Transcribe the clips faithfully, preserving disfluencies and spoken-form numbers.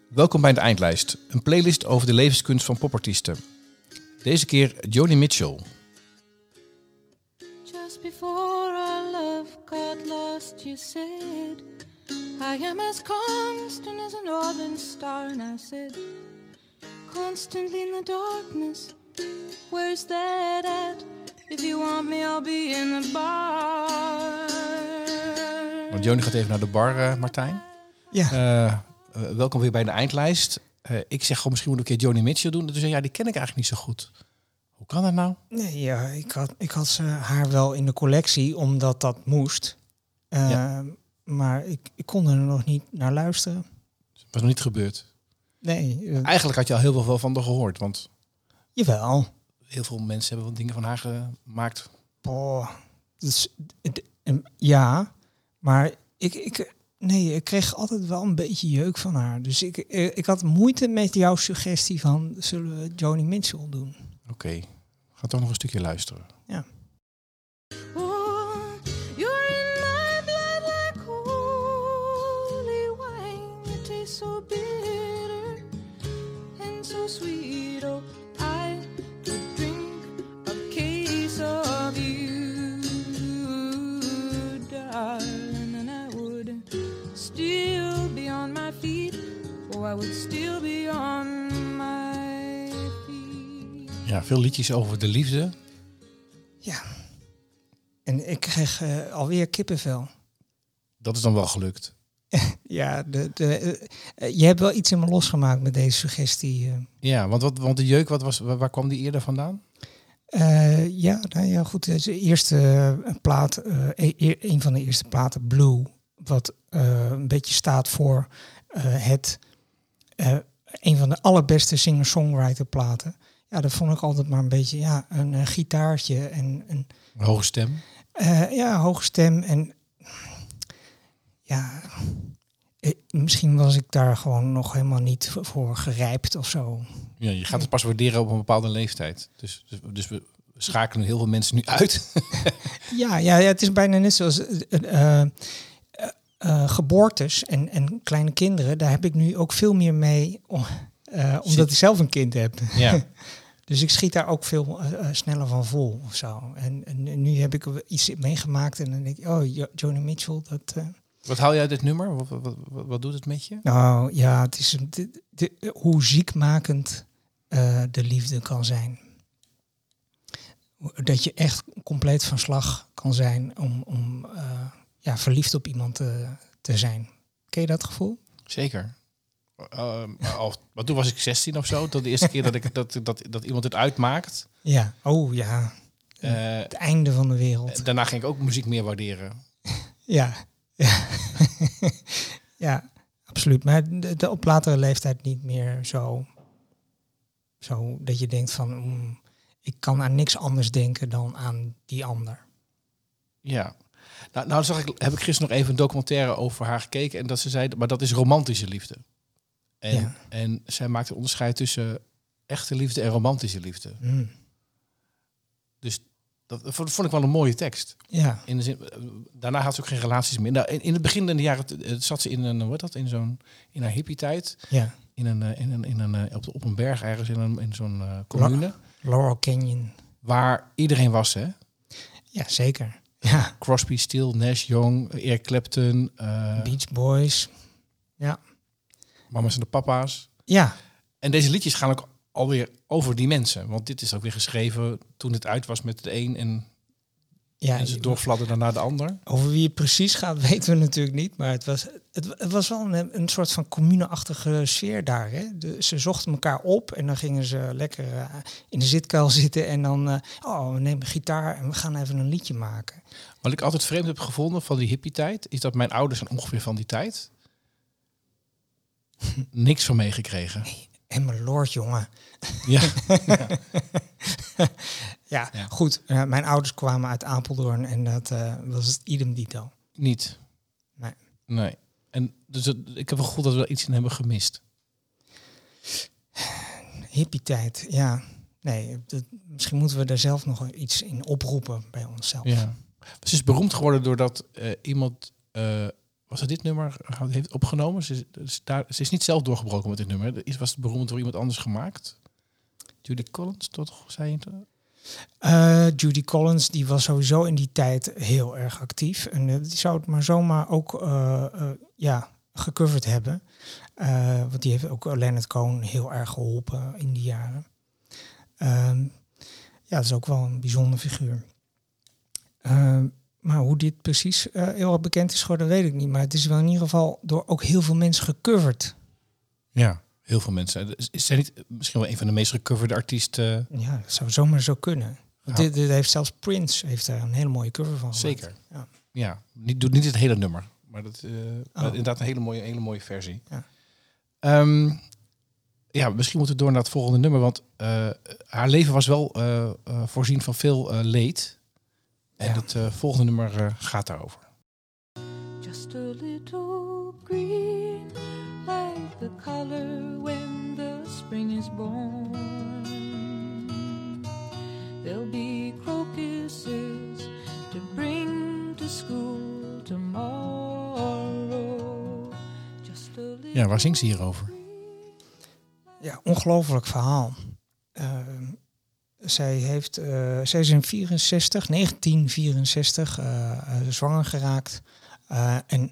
Welkom bij de Eindlijst, een playlist over de levenskunst van popartiesten. Deze keer Joni Mitchell. Just before our love got lost, you said, I am as constant as a northern star. And I said, constantly in the darkness, where's that at? If you want me, I'll be in the bar. Want Joni gaat even naar de bar, uh, Martijn. Ja. Uh, uh, welkom weer bij de Eindlijst. Uh, ik zeg gewoon, misschien moet ik een keer Joni Mitchell doen. Dus ja, die ken ik eigenlijk niet zo goed. Hoe kan dat nou? Nee, ja, ik had, ik had ze haar wel in de collectie, omdat dat moest. Uh, ja. Maar ik, ik kon er nog niet naar luisteren. Dat was nog niet gebeurd. Nee. Uh, Eigenlijk had je al heel veel van haar gehoord, want... Jawel. Heel veel mensen hebben wat dingen van haar gemaakt. Boah. Dus, ja, maar ik, ik, nee, ik kreeg altijd wel een beetje jeuk van haar. Dus ik, ik had moeite met jouw suggestie van, zullen we Joni Mitchell doen? Oké, okay. Ga toch nog een stukje luisteren. Ja. I would still be on my feet. Ja, veel liedjes over de liefde. Ja. En ik kreeg uh, alweer kippenvel. Dat is dan wel gelukt. Ja, de, de, uh, je hebt wel iets in me losgemaakt met deze suggestie. Uh. Ja, want, wat, want de jeuk, wat was, waar, waar kwam die eerder vandaan? Uh, ja, nou ja, goed. De eerste uh, plaat, uh, e- een van de eerste platen, Blue, wat uh, een beetje staat voor uh, het... Uh, een van de allerbeste singer-songwriter platen. Ja, dat vond ik altijd maar een beetje, ja, een uh, gitaartje en een... Een hoge stem? Uh, ja, hoge stem en... Ja, uh, misschien was ik daar gewoon nog helemaal niet voor gerijpt of zo. Ja, je gaat het pas waarderen op een bepaalde leeftijd. Dus, dus, dus we schakelen heel veel mensen nu uit. ja, ja, ja, het is bijna net zoals... Uh, uh, Uh, geboortes en, en kleine kinderen, daar heb ik nu ook veel meer mee, om, uh, omdat ik zelf een kind heb. Ja. Dus ik schiet daar ook veel uh, sneller van vol of zo. En, en nu heb ik iets meegemaakt en dan denk ik, oh, jo- Joni Mitchell, dat... Uh... Wat haal je uit dit nummer? Wat, wat, wat, wat doet het met je? Nou ja, het is de, de, de, hoe ziekmakend uh, de liefde kan zijn. Dat je echt compleet van slag kan zijn om... om uh, ja, verliefd op iemand te, te zijn. Ken je dat gevoel? Zeker. Uh, al, maar toen was ik zestien of zo. Tot de eerste keer dat, ik, dat, dat, dat iemand het uitmaakt. Ja, oh ja. Uh, het einde van de wereld. Daarna ging ik ook muziek meer waarderen. ja. Ja. ja, absoluut. Maar de, de op latere leeftijd niet meer zo... Zo dat je denkt van... Mm, ik kan aan niks anders denken dan aan die ander. Ja. Nou, nou zag ik, heb ik gisteren nog even een documentaire over haar gekeken. En dat ze zei, maar dat is romantische liefde. En, ja. en zij maakt een onderscheid tussen echte liefde en romantische liefde. Mm. Dus dat vond ik wel een mooie tekst. Ja. In de zin, daarna had ze ook geen relaties meer. Nou, in, in het begin in de jaren zat ze in een, wat dat, in zo'n, in haar hippie-tijd. Ja. In een, in een, in een, op, de, op een berg ergens in, een, in zo'n uh, commune. Laurel Canyon. Waar iedereen was, hè? Ja, zeker. Ja. Crosby, Stills, Nash, Young, Eric Clapton. Uh, Beach Boys. Ja. Mama's en de papa's. Ja. En deze liedjes gaan ook alweer over die mensen. Want dit is ook weer geschreven toen het uit was met de een. En, ja, en ze doorfladderden naar de ander. Over wie het precies gaat weten we natuurlijk niet. Maar het was, het, het was wel een, een soort van communeachtige sfeer daar. Hè? De, ze zochten elkaar op en dan gingen ze lekker uh, in de zitkuil zitten. En dan, uh, oh, we nemen gitaar en we gaan even een liedje maken. Wat ik altijd vreemd heb gevonden van die hippie-tijd... is dat mijn ouders zijn ongeveer van die tijd... niks van meegekregen. Nee, en mijn lord, jongen. Ja. ja. ja, ja, goed. Uh, mijn ouders kwamen uit Apeldoorn en dat uh, was het idem dito. Niet? Nee. Nee. En dus het, ik heb wel gevoel dat we iets in hebben gemist. Hippie-tijd, ja. Nee, dat, misschien moeten we daar zelf nog iets in oproepen bij onszelf. Ja. Ze is beroemd geworden doordat uh, iemand... Uh, was als ze dit nummer heeft opgenomen, ze is, daar, ze is niet zelf doorgebroken met dit nummer. Het was beroemd door iemand anders gemaakt. Judy Collins, toch? Zei je het? Uh, Judy Collins, die was sowieso in die tijd heel erg actief. En uh, die zou het maar zomaar ook uh, uh, ja, gecoverd hebben. Uh, want die heeft ook Leonard Cohen heel erg geholpen in die jaren. Uh, ja, dat is ook wel een bijzonder figuur. Uh, maar hoe dit precies uh, heel erg bekend is geworden, weet ik niet. Maar het is wel in ieder geval door ook heel veel mensen gecoverd. Ja, heel veel mensen. Is zij niet misschien wel een van de meest gecoverde artiesten? Ja, dat zou zomaar zo kunnen. Ja. Dit, dit heeft zelfs Prince heeft daar een hele mooie cover van gemaakt. Zeker. Ja, ja niet, doet niet het hele nummer. Maar dat uh, oh. inderdaad een hele mooie, hele mooie versie. Ja. Um, ja, misschien moeten we door naar het volgende nummer. Want uh, haar leven was wel uh, uh, voorzien van veel uh, leed. En ja. het uh, volgende nummer uh, gaat daarover. Just a little green, like the color when the spring is born. There'll be crocuses to bring to school tomorrow. Just a little Ja, waar zingt ze hierover? Ja, ongelooflijk verhaal. Uh, zij, heeft, uh, zij is in vierenzestig, negentien vierenzestig uh, uh, zwanger geraakt. Uh, en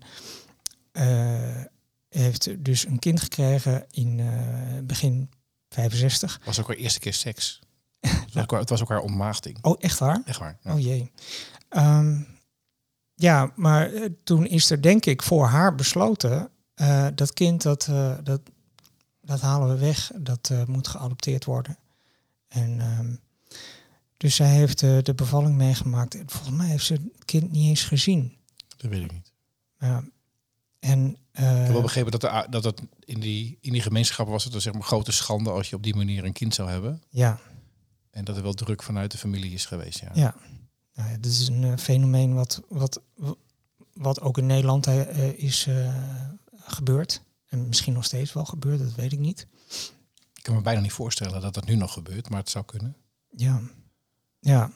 uh, heeft dus een kind gekregen in uh, begin vijfenzestig. Was ook haar eerste keer seks. Het was, ook, het was ook haar ontmaagding. Oh, echt waar? Echt waar. Ja. Oh jee. Um, ja, maar uh, toen is er denk ik voor haar besloten... Uh, dat kind, dat, uh, dat, dat halen we weg. Dat uh, moet geadopteerd worden. En um, dus zij heeft uh, de bevalling meegemaakt. En volgens mij heeft ze het kind niet eens gezien. Dat weet ik niet. Ja. En, uh, ik heb wel begrepen dat, de, dat het in die, in die gemeenschap was het een zeg maar, grote schande als je op die manier een kind zou hebben. Ja. En dat er wel druk vanuit de familie is geweest. Ja. Ja. Nou ja, dit is een uh, fenomeen wat, wat, wat ook in Nederland uh, is uh, gebeurd. En misschien nog steeds wel gebeurt, dat weet ik niet. Ik kan me bijna niet voorstellen dat dat nu nog gebeurt, maar het zou kunnen. Ja. Ja.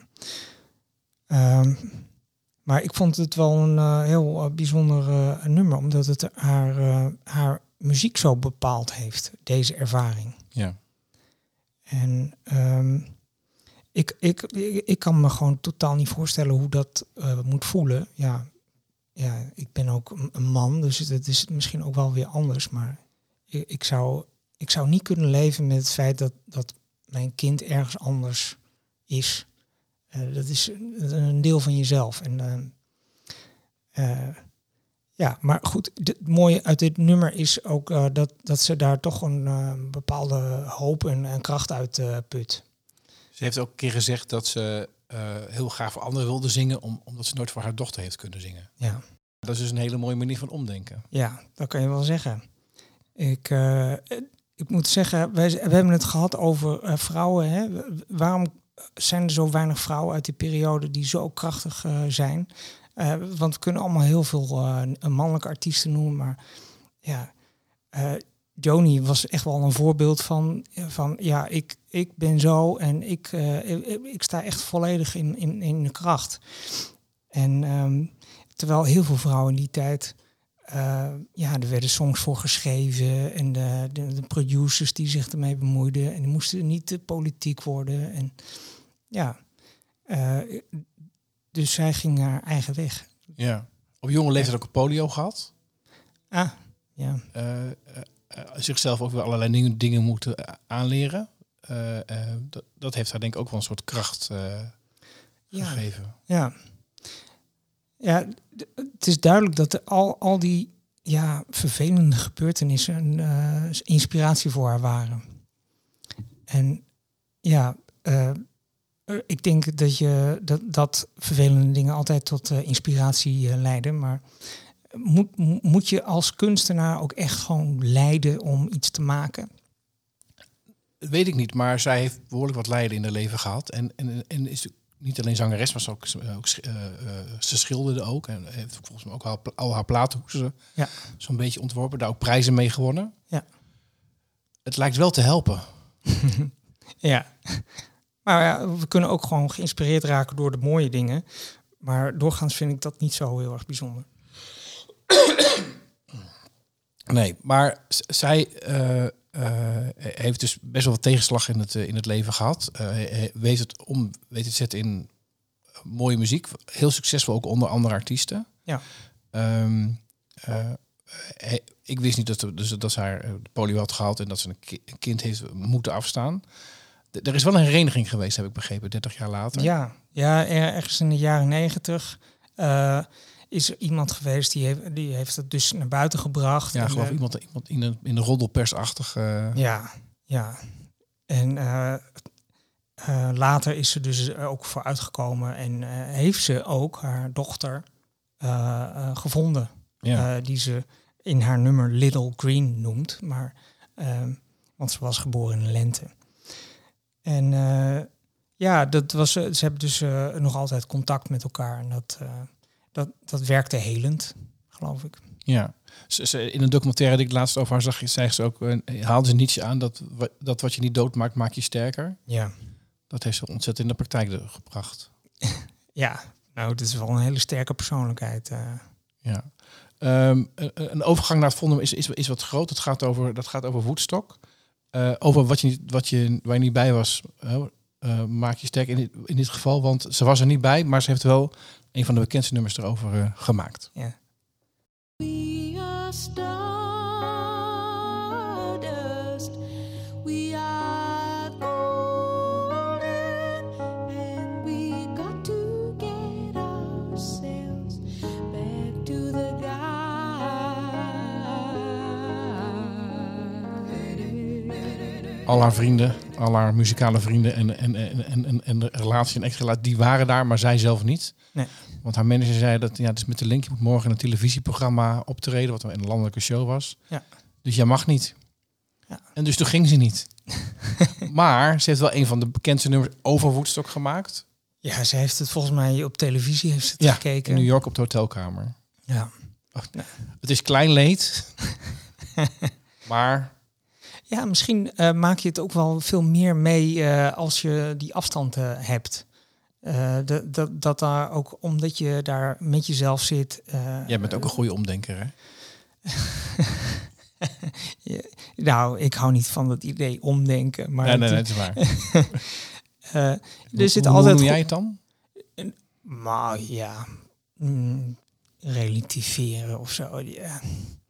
Um, maar ik vond het wel een uh, heel uh, bijzonder uh, nummer, omdat het haar, uh, haar muziek zo bepaald heeft, deze ervaring. Ja. En um, ik, ik, ik, ik kan me gewoon totaal niet voorstellen hoe dat uh, moet voelen. Ja, ja, ik ben ook een, een man, dus het is misschien ook wel weer anders. Maar ik, ik, zou, ik zou niet kunnen leven met het feit dat, dat mijn kind ergens anders is. Uh, dat is een deel van jezelf. En uh, uh, ja, maar goed, het mooie uit dit nummer is ook uh, dat, dat ze daar toch een uh, bepaalde hoop en, en kracht uit uh, put. Ze heeft ook een keer gezegd dat ze uh, heel graag voor anderen wilde zingen, om, omdat ze nooit voor haar dochter heeft kunnen zingen. Ja. Dat is dus een hele mooie manier van omdenken. Ja, dat kan je wel zeggen. Ik, uh, ik moet zeggen, wij, we hebben het gehad over uh, vrouwen. Hè? Waarom zijn er zo weinig vrouwen uit die periode die zo krachtig uh, zijn? Uh, want we kunnen allemaal heel veel uh, mannelijke artiesten noemen, maar ja, uh, Joni was echt wel een voorbeeld van, van ja, ik, ik ben zo en ik, uh, ik, ik sta echt volledig in, in, in de kracht. En um, terwijl heel veel vrouwen in die tijd, uh, ja, er werden songs voor geschreven en de, de, de producers die zich ermee bemoeiden en die moesten niet te politiek worden. En ja, uh, dus zij ging haar eigen weg. Ja. Op jonge leeftijd ook polio gehad. Ah, ja. Uh, uh, uh, zichzelf ook weer allerlei dingen, dingen moeten aanleren. Uh, uh, dat, dat heeft haar denk ik ook wel een soort kracht uh, ja. gegeven. Ja. Ja, d- het is duidelijk dat er al, al die ja, vervelende gebeurtenissen een uh, inspiratie voor haar waren. En ja, uh, ik denk dat je dat, dat vervelende dingen altijd tot uh, inspiratie uh, leiden. Maar moet, moet je als kunstenaar ook echt gewoon lijden om iets te maken? Dat weet ik niet, maar zij heeft behoorlijk wat lijden in haar leven gehad. En, en, en is niet alleen zangeres, maar ze, ook, ook, uh, uh, ze schilderde ook. En heeft volgens mij ook al, al haar platenhoezen ja. zo'n beetje ontworpen. Daar ook prijzen mee gewonnen. Ja. Het lijkt wel te helpen. Ja. Maar ja, we kunnen ook gewoon geïnspireerd raken door de mooie dingen. Maar doorgaans vind ik dat niet zo heel erg bijzonder. Nee, maar z- zij uh, uh, heeft dus best wel wat tegenslag in het, uh, in het leven gehad. Uh, weet het om weet het zetten in mooie muziek. Heel succesvol ook onder andere artiesten. Ja. Um, uh, he, ik wist niet dat, dus, dat ze haar polio had gehad en dat ze een, ki- een kind heeft moeten afstaan. D- er is wel een hereniging geweest, heb ik begrepen, dertig jaar later. Ja, ja, ergens in de jaren negentig uh, is er iemand geweest die heeft, die heeft het dus naar buiten gebracht. Ja, en, geloof uh, iemand, iemand in een in de roddelpersachtige. Uh... Ja, ja. En uh, uh, later is ze dus er ook voor uitgekomen en uh, heeft ze ook haar dochter uh, uh, gevonden. Ja. Uh, die ze in haar nummer Little Green noemt. Maar, uh, want ze was geboren in de lente. En uh, ja, dat was, ze hebben dus uh, nog altijd contact met elkaar. En dat, uh, dat, dat werkte helend, geloof ik. Ja, ze, ze, in een documentaire die ik laatst over haar zag, zei ze ook, uh, haalde ze niets aan dat, dat wat je niet doodmaakt, maakt je sterker. Ja. Dat heeft ze ontzettend in de praktijk gebracht. Ja, nou, het is wel een hele sterke persoonlijkheid. Uh. Ja. Um, een overgang naar het volgende is, is, is wat groot. Het gaat over, dat gaat over Woodstock. Uh, over wat je, wat je, waar je niet bij was, uh, uh, maak je sterk in dit, in dit geval. Want ze was er niet bij, maar ze heeft wel een van de bekendste nummers erover uh, gemaakt. Ja. We are stardust. We are golden. And we got to get ourselves back to the ground. Al haar vrienden, al haar muzikale vrienden en, en, en, en, en de relatie en ex-relatie, die waren daar, maar zij zelf niet. Nee. Want haar manager zei dat ja, het is met de link, je moet morgen in een televisieprogramma optreden, wat een landelijke show was. Ja. Dus jij mag niet. Ja. En dus toen ging ze niet. Maar ze heeft wel een van de bekendste nummers over Woodstock gemaakt. Ja, ze heeft het volgens mij op televisie heeft ze het Ja, gekeken. in New York op de hotelkamer. Ja. Ach, het is klein leed. Maar... Ja, misschien uh, maak je het ook wel veel meer mee uh, als je die afstand uh, hebt. Uh, dat, dat, dat daar ook, omdat je daar met jezelf zit... Uh, Jij bent ook een goede omdenker, hè? ja, nou, ik hou niet van dat idee omdenken. Maar nee, nee, nee, dat is waar. uh, hoe, er zit hoe altijd noem jij het dan? Maar ja, mm, relativeren of zo. Ja.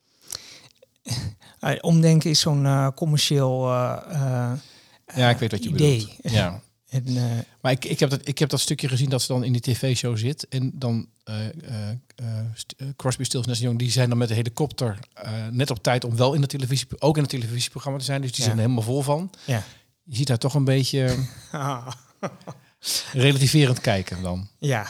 Uh, omdenken is zo'n uh, commercieel uh, uh, ja, ik weet wat je idee. bedoelt. Ja. En, uh, maar ik, ik, heb dat, ik heb dat stukje gezien dat ze dan in die tv-show zit. En dan uh, uh, uh, Crosby, Stills, Nash Young, die zijn dan met de helikopter uh, net op tijd om wel in de televisie, ook in het televisieprogramma te zijn. Dus die ja. zijn er helemaal vol van. Ja. Je ziet daar toch een beetje ah. relativerend kijken dan. Ja.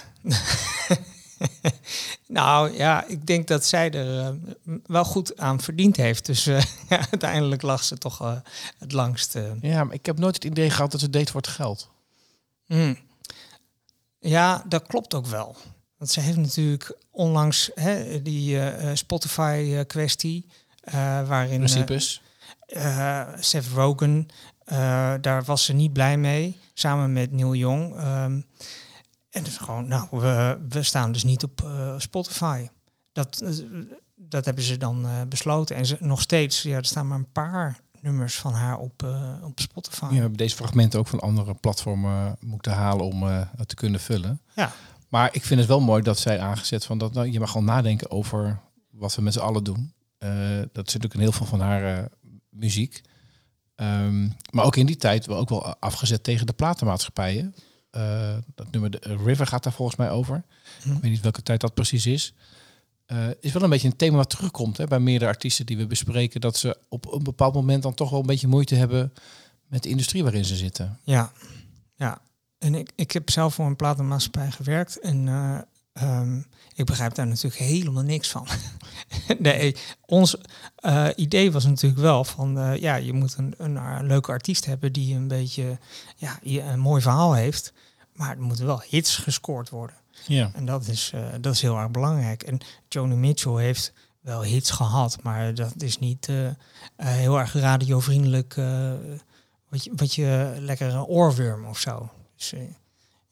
Nou ja, ik denk dat zij er uh, wel goed aan verdiend heeft. Dus uh, ja, uiteindelijk lag ze toch uh, het langst. Uh. Ja, maar ik heb nooit het idee gehad dat ze deed voor het geld. Mm. Ja, dat klopt ook wel. Want ze heeft natuurlijk onlangs hè, die uh, Spotify-kwestie... Uh, waarin Principes. Uh, uh, Seth Rogen, uh, daar was ze niet blij mee. Samen met Neil Young... Um, En dus gewoon, nou, we, we staan dus niet op uh, Spotify. Dat, dat hebben ze dan uh, besloten. En ze, nog steeds, ja, er staan maar een paar nummers van haar op, uh, op Spotify. Ja, we hebben deze fragmenten ook van andere platformen moeten halen om uh, het te kunnen vullen. Ja. Maar ik vind het wel mooi dat zij aangezet van dat nou, je mag gewoon nadenken over wat we met z'n allen doen. Uh, dat is natuurlijk een heel veel van haar uh, muziek. Um, maar ook in die tijd wel ook wel afgezet tegen de platenmaatschappijen. Uh, dat nummer de, uh, River gaat daar volgens mij over. Hm. Ik weet niet welke tijd dat precies is. Uh, is wel een beetje een thema wat terugkomt hè, bij meerdere artiesten die we bespreken. Dat ze op een bepaald moment dan toch wel een beetje moeite hebben met de industrie waarin ze zitten. Ja, ja. En ik, ik heb zelf voor een platenmaatschappij gewerkt. En uh, um, ik begrijp daar natuurlijk helemaal niks van. Nee, ons uh, idee was natuurlijk wel van... Uh, ja, je moet een, een, een leuke artiest hebben die een beetje... ja, een mooi verhaal heeft. Maar er moeten wel hits gescoord worden. Ja. En dat is, uh, dat is heel erg belangrijk. En Joni Mitchell heeft wel hits gehad... maar dat is niet uh, uh, heel erg radiovriendelijk... Uh, wat, je, wat je lekker een oorworm of zo. Dus, uh,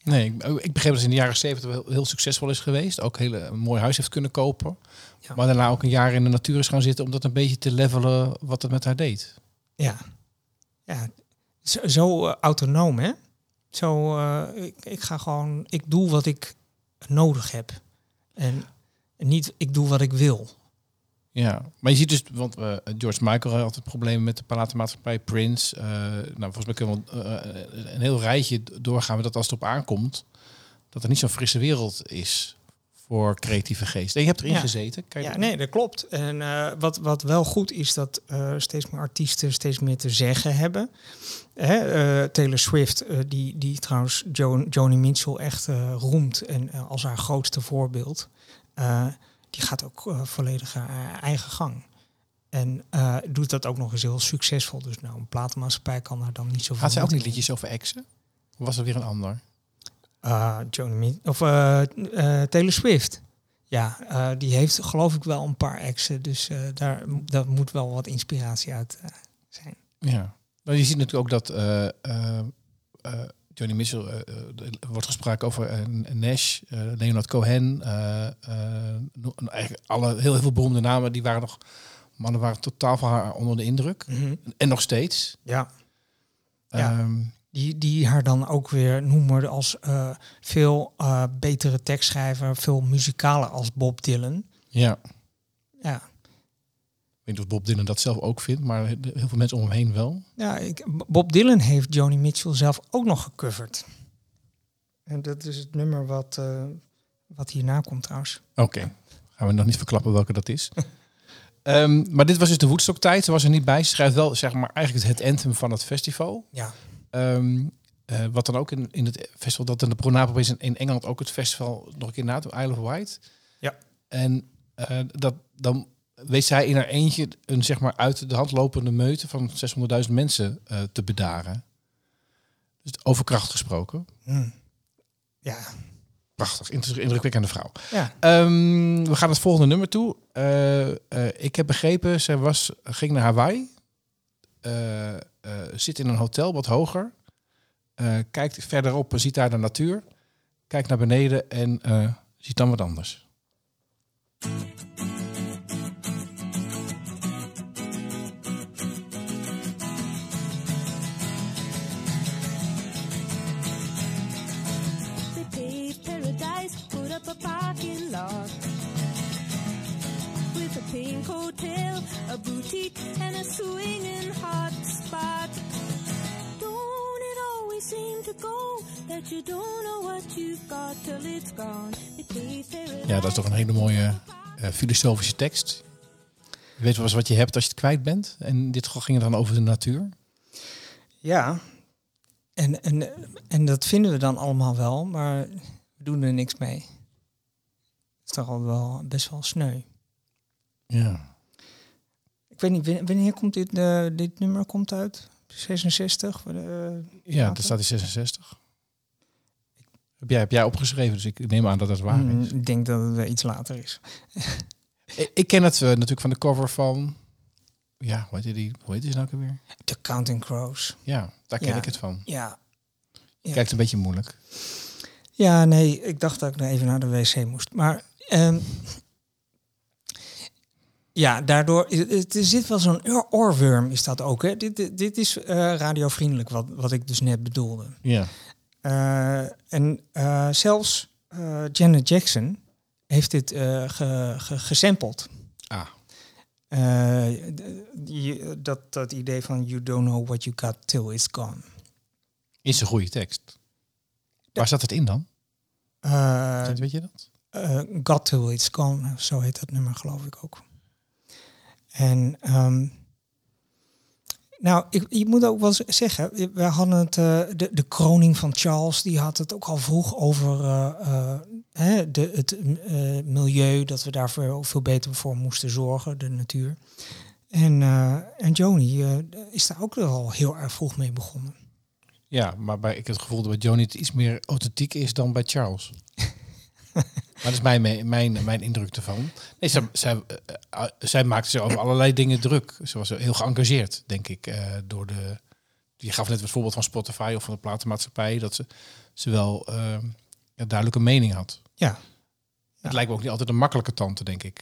Nee, ik, ik begreep dat ze in de jaren zeventig wel heel, heel succesvol is geweest. Ook heel, een mooi huis heeft kunnen kopen. Ja. Maar daarna ook een jaar in de natuur is gaan zitten om dat een beetje te levelen wat het met haar deed. Ja, ja. Zo, zo uh, autonoom, hè? Zo, uh, ik, ik ga gewoon, ik doe wat ik nodig heb. En niet, ik doe wat ik wil. Ja, maar je ziet dus, want uh, George Michael had altijd problemen met de platenmaatschappij, Prince. Uh, nou, volgens mij kunnen we uh, een heel rijtje doorgaan, maar dat als het op aankomt, dat er niet zo'n frisse wereld is voor creatieve geest. En je hebt erin ja. gezeten. Kan je ja, dat... nee, dat klopt. En uh, wat, wat wel goed is, dat uh, steeds meer artiesten steeds meer te zeggen hebben. Hè, uh, Taylor Swift, uh, die, die trouwens jo- Joni Mitchell echt uh, roemt en uh, als haar grootste voorbeeld. Uh, die gaat ook uh, volledig haar eigen gang. En uh, doet dat ook nog eens heel succesvol. Dus nou, een platenmaatschappij kan daar dan niet zoveel. Had zij ook niet liedjes over exen? Of was er weer een ander? Uh, Joni Mitchell of uh, uh, Taylor Swift. Ja, uh, die heeft geloof ik wel een paar exen. Dus uh, daar, daar moet wel wat inspiratie uit uh, zijn. Ja. Maar je ziet natuurlijk ook dat uh, uh, uh, Joni Mitchell uh, uh, wordt gesproken over uh, Nash, uh, Leonard Cohen. Uh, uh, eigenlijk alle heel, heel veel beroemde namen die waren nog mannen waren totaal van haar onder de indruk. Mm-hmm. En nog steeds. Ja. ja. Um, die, die haar dan ook weer noemen als uh, veel uh, betere tekstschrijver, veel muzikaler als Bob Dylan. Ja. Ja. Ik weet niet of Bob Dylan dat zelf ook vindt, maar heel veel mensen om hem heen wel. Ja, ik, Bob Dylan heeft Joni Mitchell zelf ook nog gecoverd. En dat is het nummer wat, uh, wat hierna komt trouwens. Oké, okay. Gaan we nog niet verklappen welke dat is. um, maar dit was dus de Woodstock-tijd. Ze was er niet bij. Ze schrijft wel zeg maar eigenlijk het anthem van het festival. Ja. Um, uh, wat dan ook in, in het festival, dat in de Pronapo is in, in Engeland ook het festival nog een keer na, Isle of Wight. Ja. En uh, dat dan weet zij in haar eentje een zeg maar uit de hand lopende meute van zeshonderdduizend mensen uh, te bedaren. Dus over kracht gesproken. Hmm. Ja. Prachtig, indrukwekkende vrouw. Ja. Um, we gaan het volgende nummer toe. Uh, uh, ik heb begrepen, zij was, ging naar Hawaii. Uh, uh, zit in een hotel wat hoger. Uh, kijkt verderop, ziet daar de natuur. Kijkt naar beneden en uh, ziet dan wat anders. Pink hotel, a boutique and a swinging hot spot. Don't it always seem to go that you don't know what you've got till it's gone. Ja, dat is toch een hele mooie uh, filosofische tekst. Je weet wel eens wat je hebt als je het kwijt bent. En in dit geval ging het dan over de natuur. Ja, en, en, en dat vinden we dan allemaal wel, maar we doen er niks mee. Dat is toch al wel best wel sneu. Ja. Ik weet niet, wanneer komt dit, uh, dit nummer komt uit? zesenzestig? Uh, ja, dat staat in zesenzestig. Heb jij, heb jij opgeschreven, dus ik neem aan dat dat waar is. Ik denk dat het uh, iets later is. ik, ik ken het uh, natuurlijk van de cover van... Ja, hoe heet die? Hoe heet die nou ook weer? The Counting Crows. Ja, daar ken ja. ik het van. Ja. ja. Kijkt een beetje moeilijk. Ja, nee, ik dacht dat ik even naar de wc moest. Maar... Um, Ja, daardoor, het, er zit wel zo'n oorworm, is dat ook. Hè? Dit, dit, dit is uh, radiovriendelijk, wat, wat ik dus net bedoelde. Ja. Uh, en uh, zelfs uh, Janet Jackson heeft dit uh, ge, ge, gesampled. Ah. Uh, die, dat, dat idee van you don't know what you got till it's gone. Is een goede tekst. Ja. Waar zat het in dan? Uh, weet je dat? Uh, got till it's gone, zo heet dat nummer geloof ik ook. En um, nou, ik, je moet ook wel zeggen, we hadden het, uh, de, de kroning van Charles, die had het ook al vroeg over uh, uh, hè, de, het uh, milieu, dat we daar veel, veel beter voor moesten zorgen, de natuur. En, uh, en Joni uh, is daar ook al heel erg vroeg mee begonnen. Ja, maar bij, ik heb het gevoel dat bij Joni het iets meer authentiek is dan bij Charles. Maar dat is mijn, mijn, mijn indruk ervan. Nee, zij, zij, uh, zij maakte zich over allerlei dingen druk. Ze was heel geëngageerd, denk ik, uh, door, de, Je gaf net het voorbeeld van Spotify of van de platenmaatschappij, dat ze, ze wel uh, ja, duidelijke mening had. Ja. ja. Het lijkt me ook niet altijd een makkelijke tante, denk ik.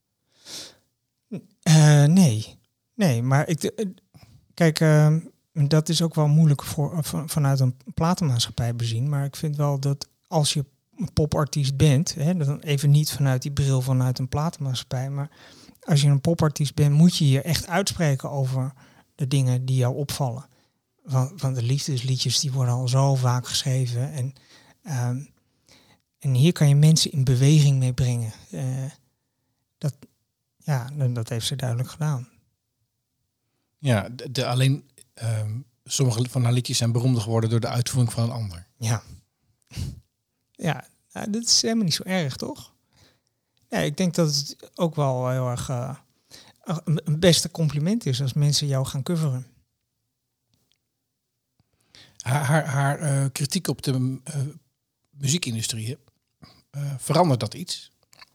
Uh, nee. Nee, maar ik... Uh, kijk, uh, dat is ook wel moeilijk voor, van, vanuit een platenmaatschappij bezien. Maar ik vind wel dat als je een popartiest bent, hè, dan even niet vanuit die bril vanuit een platenmaatschappij, maar als je een popartiest bent, moet je je echt uitspreken over de dingen die jou opvallen. Van, van de liefdesliedjes, die worden al zo vaak geschreven. En, um, en hier kan je mensen in beweging mee brengen. Uh, dat, ja, dat heeft ze duidelijk gedaan. Ja, de, de, alleen um, sommige van haar liedjes zijn beroemd geworden door de uitvoering van een ander. Ja. Ja, nou, dat is helemaal niet zo erg, toch? Ja, ik denk dat het ook wel heel erg uh, een beste compliment is als mensen jou gaan coveren. Haar, haar, haar uh, kritiek op de uh, muziekindustrie, uh, verandert dat iets?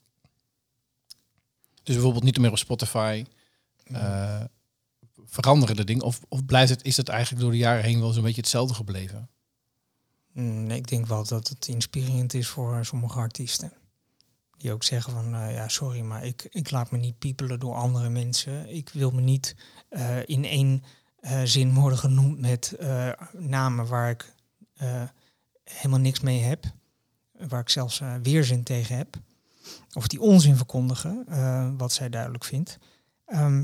Dus bijvoorbeeld niet meer op Spotify. Uh, veranderen de dingen? Of, of blijft het, is het eigenlijk door de jaren heen wel zo'n beetje hetzelfde gebleven? Nee, ik denk wel dat het inspirerend is voor sommige artiesten. Die ook zeggen van, uh, ja, sorry, maar ik, ik laat me niet piepelen door andere mensen. Ik wil me niet uh, in één uh, zin worden genoemd met uh, namen waar ik uh, helemaal niks mee heb. Waar ik zelfs uh, weerzin tegen heb. Of die onzin verkondigen, uh, wat zij duidelijk vindt. Um,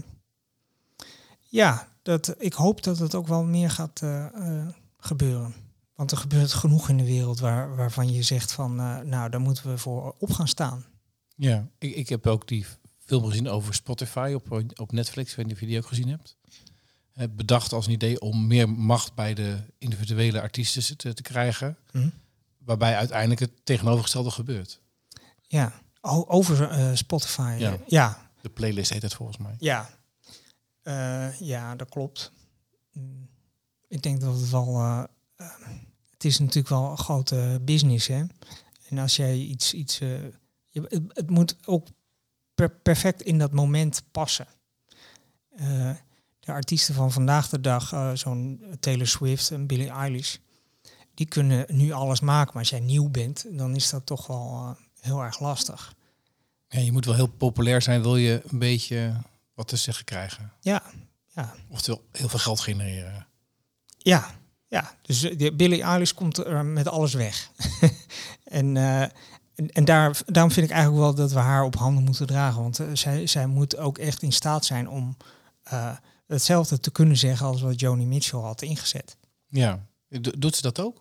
ja, dat, ik hoop dat het ook wel meer gaat uh, uh, gebeuren. Want er gebeurt genoeg in de wereld waar, waarvan je zegt van, uh, nou, daar moeten we voor op gaan staan. Ja, ik, ik heb ook die film gezien over Spotify op, op Netflix, ik weet niet of je die ook gezien hebt. Heb bedacht als een idee om meer macht bij de individuele artiesten te, te krijgen. Mm-hmm. Waarbij uiteindelijk het tegenovergestelde gebeurt. Ja, o- over uh, Spotify. Ja. ja. De playlist heet het volgens mij. Ja, uh, ja, dat klopt. Mm. Ik denk dat het wel... Uh, uh, het is natuurlijk wel een grote business, hè. En als jij iets... iets uh, je, het, het moet ook per, perfect in dat moment passen. Uh, de artiesten van vandaag de dag, uh, zo'n Taylor Swift en Billie Eilish, die kunnen nu alles maken. Maar als jij nieuw bent, dan is dat toch wel uh, heel erg lastig. Ja, je moet wel heel populair zijn, wil je een beetje wat te zeggen krijgen. Ja, ja. Oftewel heel veel geld genereren. Ja, ja. Dus de Billie Eilish komt er met alles weg. en uh, en, en daar, daarom vind ik eigenlijk wel dat we haar op handen moeten dragen. Want uh, zij, zij moet ook echt in staat zijn om uh, hetzelfde te kunnen zeggen als wat Joni Mitchell had ingezet. Ja, Do- doet ze dat ook?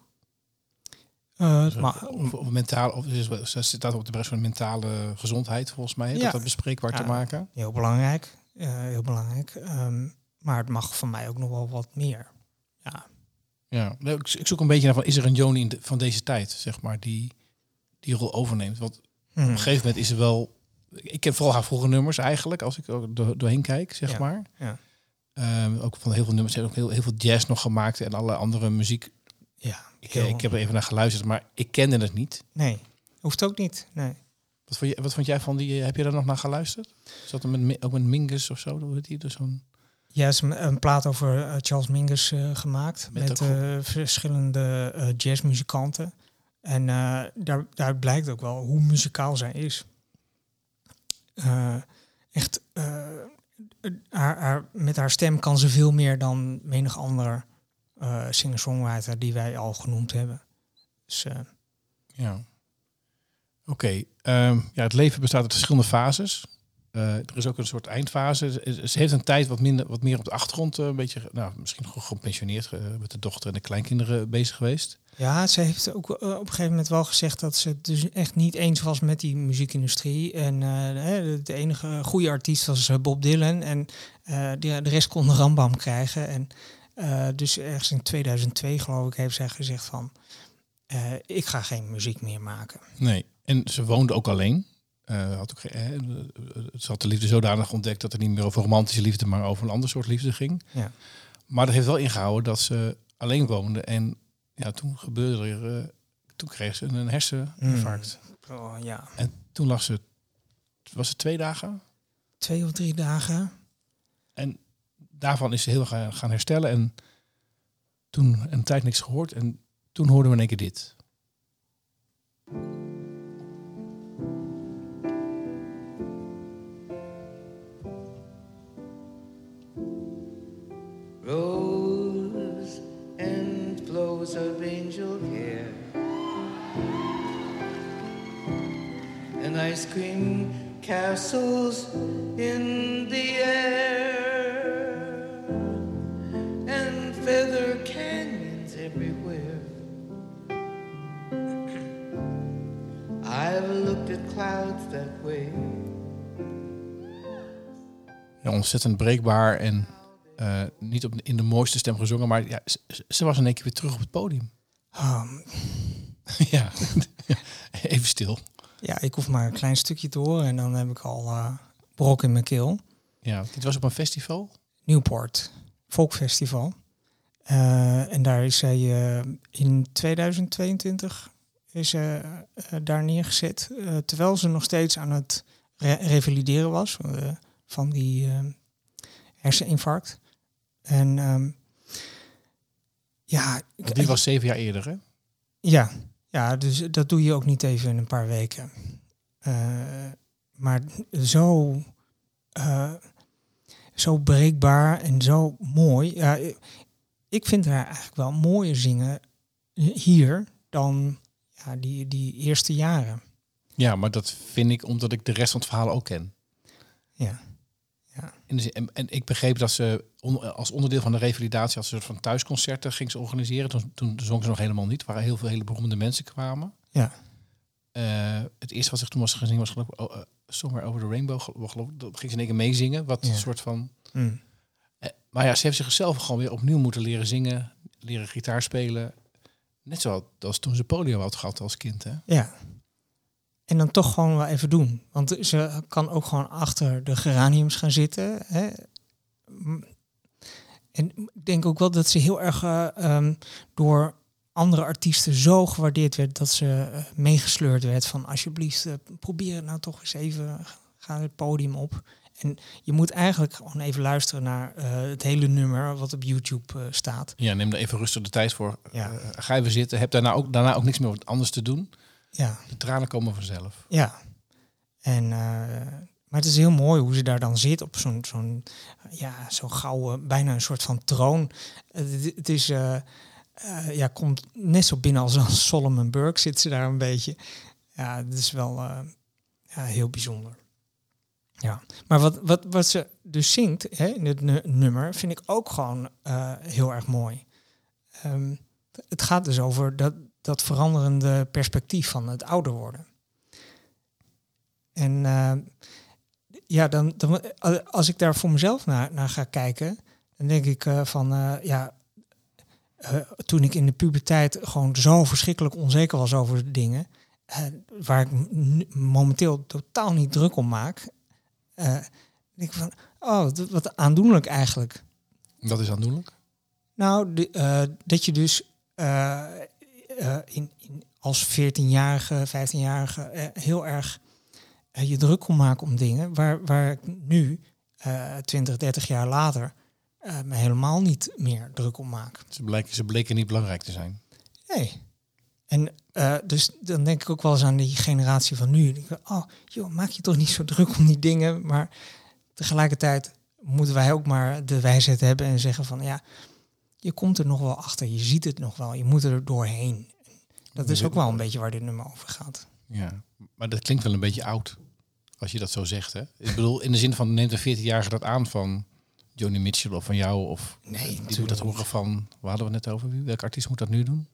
Uh, dus maar, of, of mentaal, of ze staat op de bres van mentale gezondheid volgens mij, ja, dat dat bespreekbaar ja, te maken. Heel belangrijk, uh, heel belangrijk. Um, maar het mag van mij ook nog wel wat meer. Ja, ja. Ik, ik zoek een beetje naar van, is er een Joni in de, van deze tijd, zeg maar, die die rol overneemt? Want hmm. op een gegeven moment is er wel, ik ken vooral haar vroege nummers eigenlijk, als ik er do- doorheen kijk, zeg ja, maar. Ja. Um, ook van heel veel nummers, zijn ook heel, heel veel jazz nog gemaakt en alle andere muziek. Ja, ik, ik heb er even naar geluisterd, maar ik kende het niet. Nee, hoeft ook niet. Nee. Wat vond, je, wat vond jij van die? Heb je daar nog naar geluisterd? Zat er met, ook met Mingus of zo? Hoe heet die? Dus zo'n... Ja, is een, een plaat over uh, Charles Mingus uh, gemaakt met, met uh, verschillende uh, jazzmuzikanten. En uh, daar, daar blijkt ook wel hoe muzikaal zij is. Uh, echt, uh, haar, haar, met haar stem kan ze veel meer dan menig ander uh, singer-songwriter die wij al genoemd hebben. Dus, uh, ja. Oké. Okay. Um, ja, het leven bestaat uit verschillende fases. Uh, er is ook een soort eindfase. Ze heeft een tijd wat, minder, wat meer op de achtergrond, uh, een beetje, nou, misschien gepensioneerd, uh, met de dochter en de kleinkinderen bezig geweest. Ja, ze heeft ook uh, op een gegeven moment wel gezegd dat ze dus echt niet eens was met die muziekindustrie. En uh, de enige goede artiest was Bob Dylan. En uh, de, de rest kon de rambam krijgen. En uh, dus ergens in tweeduizend twee, geloof ik, heeft zij gezegd van, uh, ik ga geen muziek meer maken. Nee, en ze woonde ook alleen. Uh, had ook, eh, ze had de liefde zodanig ontdekt dat het niet meer over romantische liefde, maar over een ander soort liefde ging. Ja. Maar dat heeft wel ingehouden dat ze alleen woonde. En ja, toen gebeurde er, uh, toen kreeg ze een herseninfarct. Mm. Oh, ja. En toen lag ze, was het twee dagen? Twee of drie dagen. En daarvan is ze heel gaan, gaan herstellen. En toen een tijd niks gehoord. En toen hoorden we in één keer dit. Rose and flows of angel hair and ice cream castles in the air and feather canyons everywhere. I've looked at clouds that way. Ja, ontzettend breekbaar en uh, niet op, in de mooiste stem gezongen, maar ja, ze, ze was in één keer weer terug op het podium. Um, ja, even stil. Ja, ik hoef maar een klein stukje te horen en dan heb ik al uh, brok in mijn keel. Ja, dit was op een festival? Newport, Folkfestival. Uh, en daar is zij uh, in tweeduizend tweeëntwintig is, uh, uh, daar neergezet. Uh, terwijl ze nog steeds aan het re- revalideren was uh, van die uh, herseninfarct. En um, ja... Want die was zeven jaar eerder, hè? Ja, ja, dus dat doe je ook niet even in een paar weken. Uh, maar zo, uh, zo breekbaar en zo mooi. Ja, ik vind haar eigenlijk wel mooier zingen hier dan ja, die, die eerste jaren. Ja, maar dat vind ik omdat ik de rest van het verhaal ook ken. Ja. Ja. In de zin, en, en ik begreep dat ze on, als onderdeel van de revalidatie als een soort van thuisconcerten ging ze organiseren. Toen, toen zong ze nog helemaal niet, waar heel veel hele beroemde mensen kwamen. Ja. Uh, het eerste wat zich toen was gezien was geloof ik oh, uh, Somewhere Over the Rainbow. Geloof, dat ging ze in één keer meezingen. Wat ja. een soort van. Mm. Uh, maar ja, ze heeft zichzelf gewoon weer opnieuw moeten leren zingen, leren gitaar spelen. Net zoals toen ze polio had gehad als kind, hè? Ja. En dan toch gewoon wel even doen. Want ze kan ook gewoon achter de geraniums gaan zitten. Hè. En ik denk ook wel dat ze heel erg uh, um, door andere artiesten zo gewaardeerd werd dat ze uh, meegesleurd werd van alsjeblieft, uh, probeer het nou toch eens even, ga het podium op. En je moet eigenlijk gewoon even luisteren naar uh, het hele nummer wat op YouTube uh, staat. Ja, neem er even rustig de tijd voor. Ja. Uh, ga even zitten. Heb daarna ook, daarna ook niks meer wat anders te doen. Ja. De tranen komen vanzelf. Ja. En, uh, maar het is heel mooi hoe ze daar dan zit op zo'n, zo'n ja, zo'n gouden, bijna een soort van troon. Uh, het is, uh, uh, ja, komt net zo binnen als, als Solomon Burke zit ze daar een beetje. Ja, het is wel uh, ja, heel bijzonder. Ja, maar wat, wat, wat ze dus zingt hè, in het nu- nummer vind ik ook gewoon uh, heel erg mooi. Um, het gaat dus over dat, dat veranderende perspectief van het ouder worden. En uh, ja, dan, dan, als ik daar voor mezelf naar, naar ga kijken, dan denk ik uh, van uh, ja, uh, toen ik in de puberteit gewoon zo verschrikkelijk onzeker was over dingen, uh, waar ik n- momenteel totaal niet druk om maak. Uh, denk ik van, oh, wat aandoenlijk eigenlijk. Dat is aandoenlijk? Nou, de, uh, dat je dus uh, uh, in, in, als veertienjarige, vijftienjarige uh, heel erg uh, je druk kon maken om dingen waar, waar ik nu, uh, twintig, dertig jaar later, uh, me helemaal niet meer druk om maak. Ze bleken, ze bleken niet belangrijk te zijn. Nee. En uh, dus dan denk ik ook wel eens aan die generatie van nu. Ik denk, oh, joh, maak je toch niet zo druk om die dingen. Maar tegelijkertijd moeten wij ook maar de wijsheid hebben en zeggen van ja, je komt er nog wel achter, je ziet het nog wel, je moet er doorheen. Dat is ook wel een beetje waar dit nummer over gaat. Ja, maar dat klinkt wel een beetje oud, als je dat zo zegt, hè? Ik bedoel, in de zin van, neemt een veertienjarige dat aan van Joni Mitchell of van jou? Of nee, die moet dat horen van, waar hadden we het net over? Wie? Welke artiest moet dat nu doen?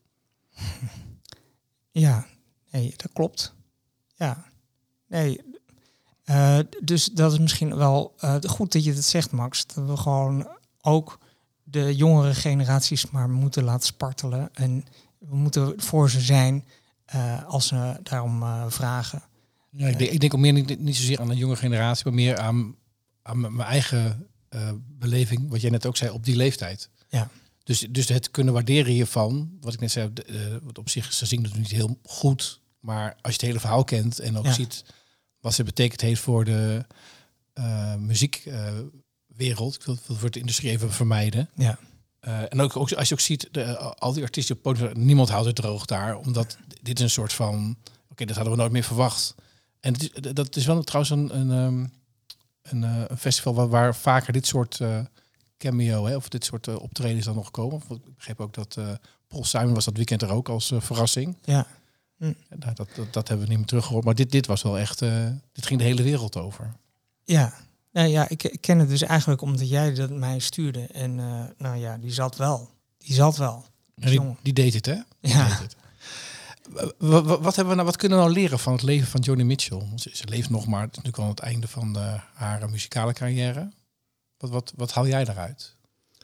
Ja, nee, dat klopt. Ja, nee. Uh, dus dat is misschien wel uh, goed dat je het zegt, Max. Dat we gewoon ook de jongere generaties maar moeten laten spartelen. En we moeten voor ze zijn uh, als ze daarom uh, vragen. Ja, ik, denk, ik denk ook meer niet, niet zozeer aan de jonge generatie, maar meer aan, aan mijn eigen uh, beleving, wat jij net ook zei, op die leeftijd. Ja. Dus, dus het kunnen waarderen hiervan, wat ik net zei, uh, wat op zich, ze zingen het niet heel goed, maar als je het hele verhaal kent en ook ja. ziet wat ze betekent heeft voor de uh, muziekwereld, uh, ik wil het voor de industrie even vermijden, ja. Uh, en ook, ook als je ook ziet, de, al die artiesten op podium, niemand houdt het droog daar. Omdat dit is een soort van, oké, okay, dat hadden we nooit meer verwacht. En het is, dat is wel trouwens een, een, um, een, uh, een festival waar, waar vaker dit soort uh, cameo, hè, of dit soort uh, optredens dan nog komen. Ik begreep ook dat uh, Paul Simon was dat weekend er ook als uh, verrassing. Ja. Hm. Nou, dat, dat, dat hebben we niet meer teruggehoord. Maar dit, dit was wel echt, uh, dit ging de hele wereld over. Ja. Nou ja, ik, ik ken het dus eigenlijk omdat jij dat mij stuurde. En uh, nou ja, die zat wel. Die zat wel. Die, die, die deed het, hè? Die ja. deed het. Wat, wat, wat, hebben we nou, wat kunnen we nou leren van het leven van Joni Mitchell? Ze, ze leeft nog maar, het is natuurlijk al het einde van de, haar muzikale carrière. Wat, wat, wat haal jij daaruit?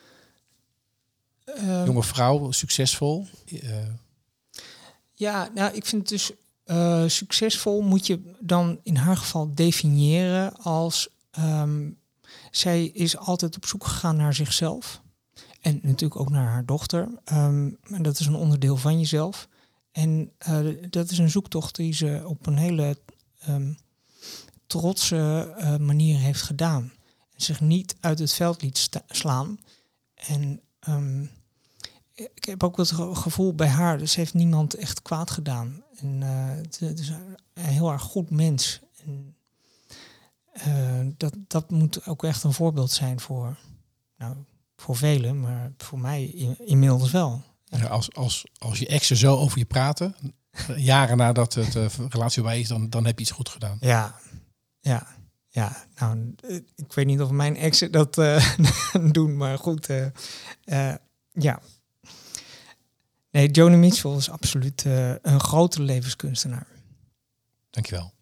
Uh, Jonge vrouw, succesvol. Uh. Ja, nou, ik vind dus uh, succesvol moet je dan in haar geval definiëren als um, zij is altijd op zoek gegaan naar zichzelf. En natuurlijk ook naar haar dochter. Um, en dat is een onderdeel van jezelf. En uh, dat is een zoektocht die ze op een hele um, trotse uh, manier heeft gedaan. En zich niet uit het veld liet sta- slaan. En um, ik heb ook het gevoel bij haar, dus ze heeft niemand echt kwaad gedaan. En uh, het, het is een heel erg goed mens. En, uh, dat, dat moet ook echt een voorbeeld zijn voor, nou, voor velen, maar voor mij in, inmiddels wel. Ja, als, als, als je exen zo over je praten, jaren nadat het uh, relatie bij is, dan, dan heb je iets goed gedaan. Ja, ja, ja. Nou, ik weet niet of mijn exen dat uh, doen, maar goed. Uh, uh, ja. Nee, Joni Mitchell is absoluut uh, een grote levenskunstenaar. Dankjewel.